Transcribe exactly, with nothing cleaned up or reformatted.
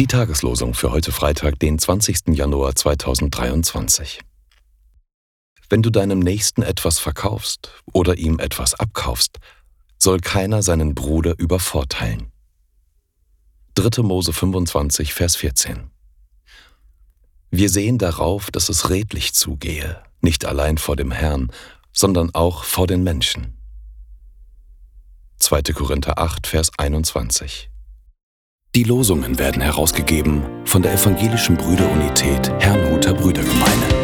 Tageslosung für heute Freitag, den zwanzigsten Januar zweitausenddreiundzwanzig. Wenn du deinem Nächsten etwas verkaufst oder ihm etwas abkaufst, soll keiner seinen Bruder übervorteilen. dritter Mose fünfundzwanzig, Vers vierzehn. Wir sehen darauf, dass es redlich zugehe, nicht allein vor dem Herrn, sondern auch vor den Menschen. zweiter Korinther acht, Vers einundzwanzig. Die Losungen werden herausgegeben von der Evangelischen Brüderunität Herrnhuter Brüdergemeine.